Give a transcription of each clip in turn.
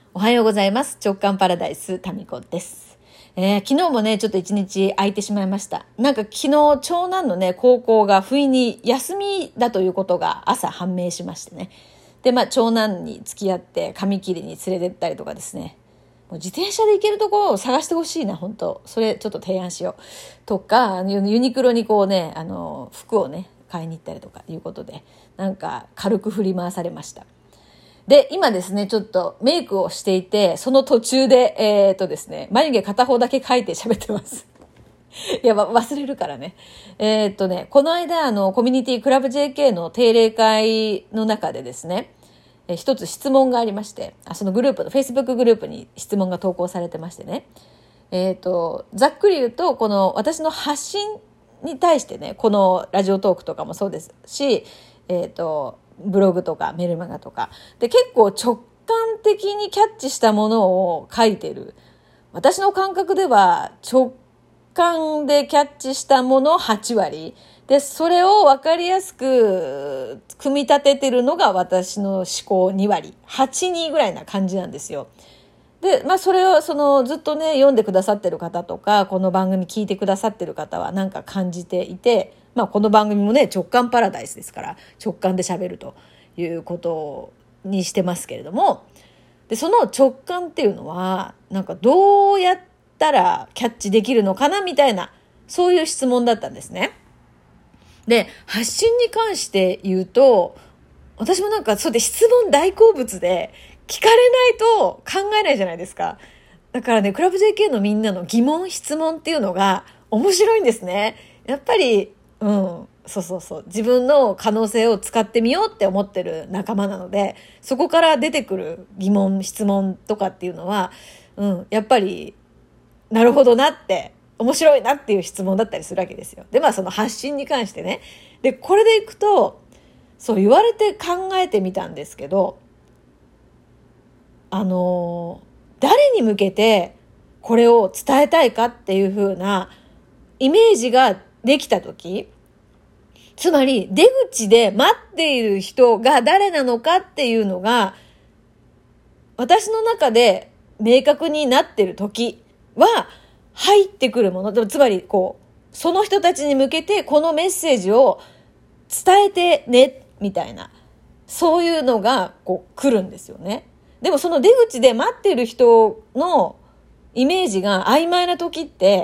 おはようございます。直感パラダイスタミコです。昨日もねちょっと一日空いてしまいました。なんか昨日長男のね高校が不意に休みだということが朝判明しましてね。で長男に付き合って髪切りに連れてったりとかですね。もう自転車で行けるところを探してほしいな、本当。それちょっと提案しようとか、ユニクロにこうね服をね買いに行ったりとかいうことで、なんか軽く振り回されました。で、今ですね、ちょっとメイクをしていて、その途中で、ですね、眉毛片方だけ描いて喋ってます。いや、忘れるからね。この間、コミュニティクラブ JK の定例会の中でですね、一つ質問がありまして、そのグループの、Facebook グループに質問が投稿されてましてね、ざっくり言うと、この私の発信に対してね、このラジオトークとかもそうですし、ブログとかメルマガとかで結構直感的にキャッチしたものを書いてる。私の感覚では直感でキャッチしたもの8割で、それを分かりやすく組み立ててるのが私の思考2割、8-2ぐらいな感じなんですよ。で、それをずっとね読んでくださってる方とか、この番組聞いてくださってる方はなんか感じていて、この番組もね直感パラダイスですから、直感で喋るということにしてますけれども、でその直感っていうのはなんかどうやったらキャッチできるのかなみたいな、そういう質問だったんですね。で、発信に関して言うと、私もなんかそうで質問大好物で、聞かれないと考えないじゃないですか。だからね、クラブ JK のみんなの疑問質問っていうのが面白いんですね。やっぱりそう自分の可能性を使ってみようって思ってる仲間なので、そこから出てくる疑問質問とかっていうのはやっぱりなるほどなって、面白いなっていう質問だったりするわけですよ。でその発信に関してね、でこれでいくと、そう言われて考えてみたんですけど、誰に向けてこれを伝えたいかっていう風なイメージができたとき、つまり出口で待っている人が誰なのかっていうのが私の中で明確になっているときは入ってくるもの、つまりその人たちに向けてこのメッセージを伝えてねみたいな、そういうのが来るんですよね。でもその出口で待っている人のイメージが曖昧な時って、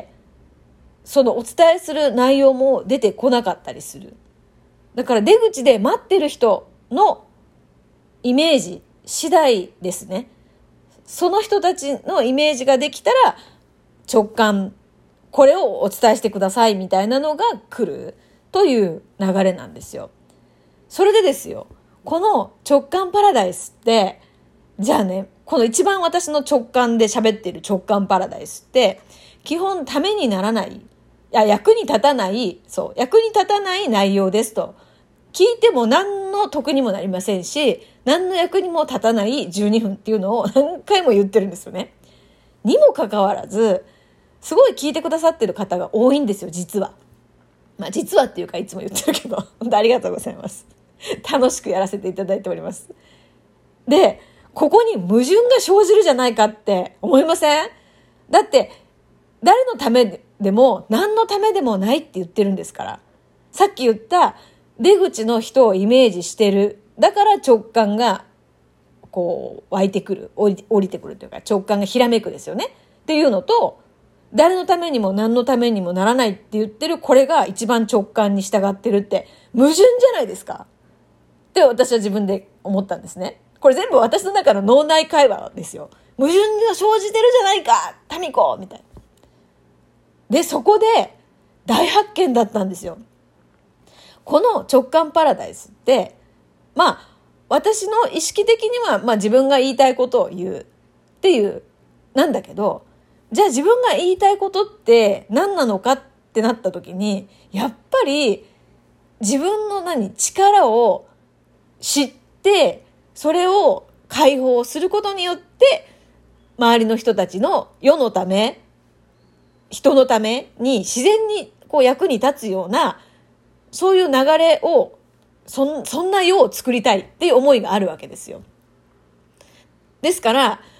そのお伝えする内容も出てこなかったりする。だから出口で待ってる人のイメージ次第ですね。その人たちのイメージができたら直感、これをお伝えしてくださいみたいなのが来るという流れなんですよ。それでですよ、この直感パラダイスって、じゃあね、この一番私の直感で喋っている直感パラダイスって、基本ためにならない、役に立たない、役に立たない内容ですと。聞いても何の得にもなりませんし、何の役にも立たない12分っていうのを何回も言ってるんですよね。にもかかわらず、すごい聞いてくださってる方が多いんですよ、実は。実はっていうかいつも言ってるけど、本当ありがとうございます。楽しくやらせていただいております。で、ここに矛盾が生じるじゃないかって思いません？だって誰のためでも何のためでもないって言ってるんですから。さっき言った出口の人をイメージしてる。だから直感が湧いてくる、降りてくるというか、直感がひらめくですよねっていうのと、誰のためにも何のためにもならないって言ってるこれが一番直感に従ってるって矛盾じゃないですかって私は自分で思ったんですね。これ全部私の中の脳内会話ですよ。矛盾が生じてるじゃないかタミコみたいな。でそこで大発見だったんですよ。この直感パラダイスって私の意識的には自分が言いたいことを言うっていうなんだけど、じゃあ自分が言いたいことって何なのかってなった時に、やっぱり自分の力を知ってそれを解放することによって周りの人たちの世のため、人のために自然に役に立つような、そういう流れをそんな世を作りたいっていう思いがあるわけですよ。ですから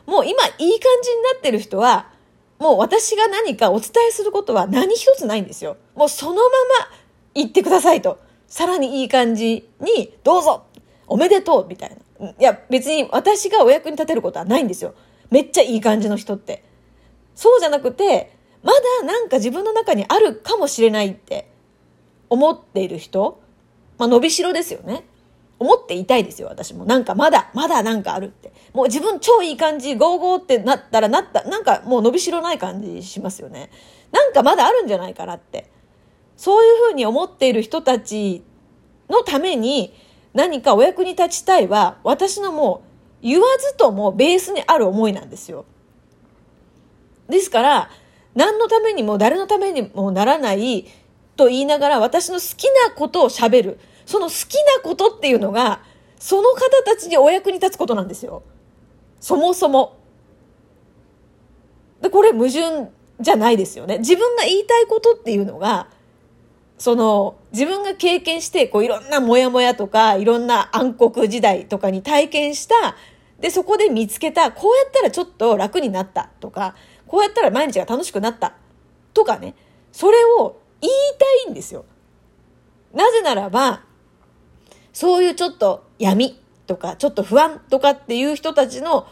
もう今いい感じになってる人は、もう私が何かお伝えすることは何一つないんですよ。もうそのまま言ってくださいと。さらにいい感じにどうぞおめでとうみたいな。いや別に私がお役に立てることはないんですよ。めっちゃいい感じの人って。そうじゃなくて、まだなんか自分の中にあるかもしれないって思っている人、伸びしろですよね。思っていたいですよ、私も。なんかまだなんかあるって。もう自分超いい感じ、ゴーゴーってなったらなんかもう伸びしろない感じしますよね。なんかまだあるんじゃないかなって。そういうふうに思っている人たちのために何かお役に立ちたいは、私のもう言わずともベースにある思いなんですよ。ですから、何のためにも誰のためにもならないと言いながら、私の好きなことを喋る。その好きなことっていうのが、その方たちにお役に立つことなんですよ。そもそも。で、これ矛盾じゃないですよね。自分が言いたいことっていうのが、自分が経験して、いろんなモヤモヤとか、いろんな暗黒時代とかに体験した、で、そこで見つけた、こうやったらちょっと楽になったとか、こうやったら毎日が楽しくなったとかね、それを言いたいんですよ。なぜならば、そういうちょっと闇とか、ちょっと不安とかっていう人たちの、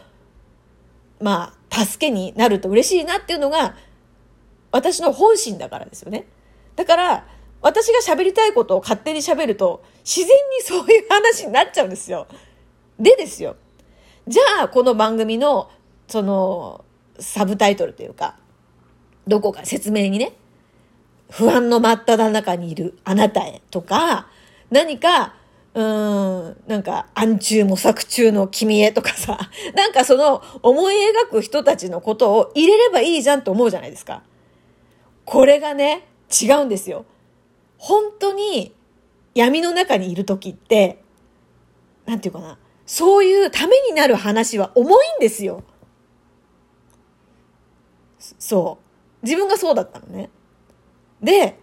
助けになると嬉しいなっていうのが、私の本心だからですよね。だから、私が喋りたいことを勝手に喋ると、自然にそういう話になっちゃうんですよ。でですよ。じゃあ、この番組の、サブタイトルというか、どこか説明にね、不安の真っ只中にいるあなたへとか、何か、なんか暗中模索中の君へとかさ、なんか思い描く人たちのことを入れればいいじゃんと思うじゃないですか。これがね、違うんですよ。本当に闇の中にいる時って、なんていうかな、そういうためになる話は重いんですよ。そう。自分がそうだったのね。で、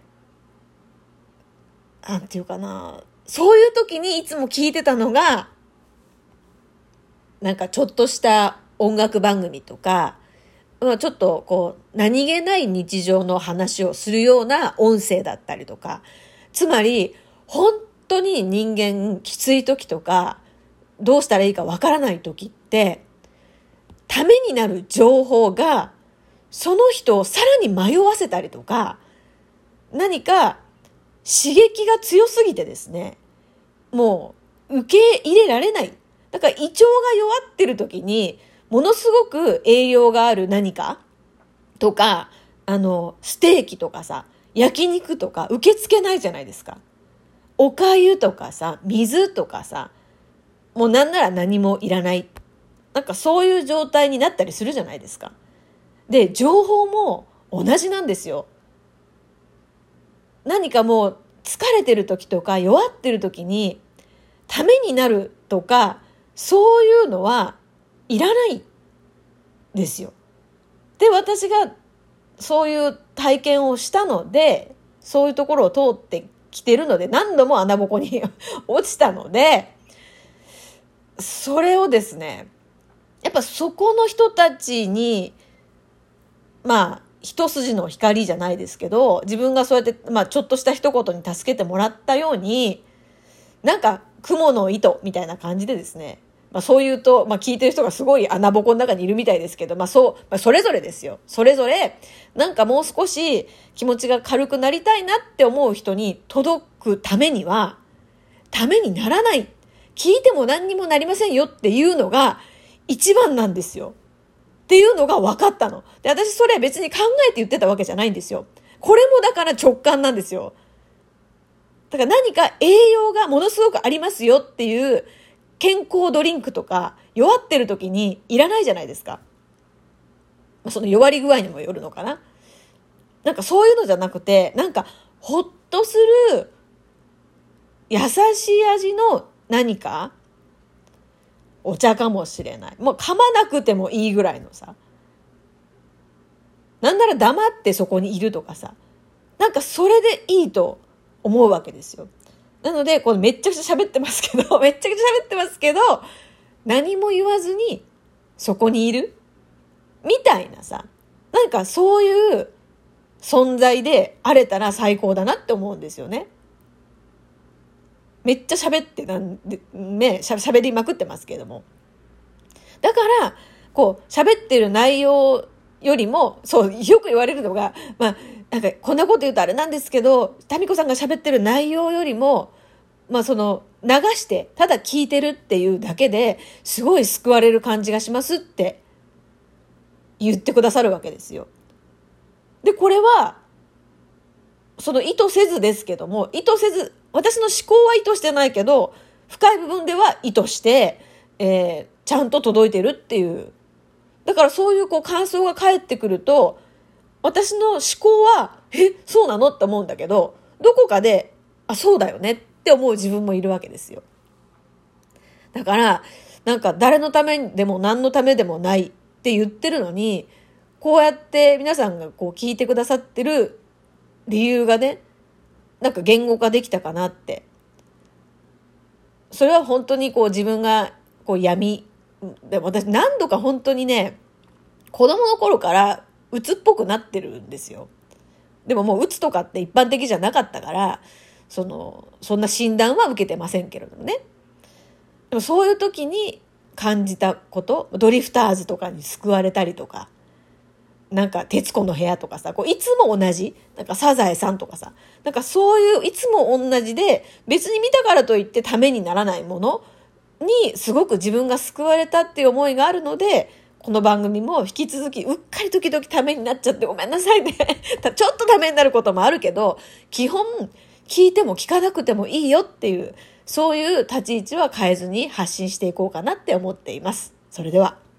なんていうかな、そういう時にいつも聞いてたのが、なんかちょっとした音楽番組とか、ちょっと何気ない日常の話をするような音声だったりとか、つまり本当に人間きつい時とか、どうしたらいいかわからない時って、ためになる情報がその人をさらに迷わせたりとか、何か刺激が強すぎてですね、もう受け入れられない。だから胃腸が弱ってる時に、ものすごく栄養がある何かとか、ステーキとかさ、焼肉とか受け付けないじゃないですか。お粥とかさ、水とかさ、もうなんなら何もいらない。なんかそういう状態になったりするじゃないですか。で、情報も同じなんですよ。何かもう疲れてる時とか弱ってる時にためになるとか、そういうのはいらないですよ。で、私がそういう体験をしたので、そういうところを通ってきてるので、何度も穴ぼこに落ちたので、それをですね、やっぱそこの人たちに、一筋の光じゃないですけど、自分がそうやって、ちょっとした一言に助けてもらったように、なんか、雲の糸みたいな感じでですね、そう言うと、聞いてる人がすごい穴ぼこの中にいるみたいですけど、それぞれですよ。それぞれ、なんかもう少し気持ちが軽くなりたいなって思う人に届くためには、ためにならない。聞いても何にもなりませんよっていうのが一番なんですよ。っていうのが分かったの。で、私それ別に考えて言ってたわけじゃないんですよ。これもだから直感なんですよ。だから何か栄養がものすごくありますよっていう健康ドリンクとか弱ってる時にいらないじゃないですか。その弱り具合にもよるのかな。なんかそういうのじゃなくて、なんかほっとする優しい味の何かお茶かもしれない。もう噛まなくてもいいぐらいのさ。なんなら黙ってそこにいるとかさ。なんかそれでいいと思うわけですよ。なので、これめっちゃくちゃ喋ってますけど、何も言わずにそこにいる。 みたいなさ、なんかそういう存在であれたら最高だなって思うんですよね。めっちゃ喋って喋りまくってますけれども。だから、喋ってる内容よりも、そう、よく言われるのが、なんか、こんなこと言うとあれなんですけど、タミコさんが喋ってる内容よりも、流して、ただ聞いてるっていうだけで、すごい救われる感じがしますって言ってくださるわけですよ。で、これは、意図せずですけども、私の思考は意図してないけど、深い部分では意図して、ちゃんと届いてるっていう。だからそういう感想が返ってくると、私の思考は、そうなのって思うんだけど、どこかで、そうだよねって思う自分もいるわけですよ。だから、なんか誰のためでも何のためでもないって言ってるのに、こうやって皆さんが聞いてくださってる理由がね、なんか言語化できたかなって。それは本当に自分が闇。でも私何度か本当にね、子供の頃から鬱っぽくなってるんですよ。でももう鬱とかって一般的じゃなかったから、そんな診断は受けてませんけれどもね。でもそういう時に感じたこと、ドリフターズとかに救われたりとか、なんか徹子の部屋とかさ、いつも同じ、なんかサザエさんとかさ、なんかそういういつも同じで、別に見たからといってためにならないものにすごく自分が救われたっていう思いがあるので、この番組も引き続きうっかり時々ためになっちゃってごめんなさいね。ちょっとためになることもあるけど、基本聞いても聞かなくてもいいよっていう、そういう立ち位置は変えずに発信していこうかなって思っています。それでは。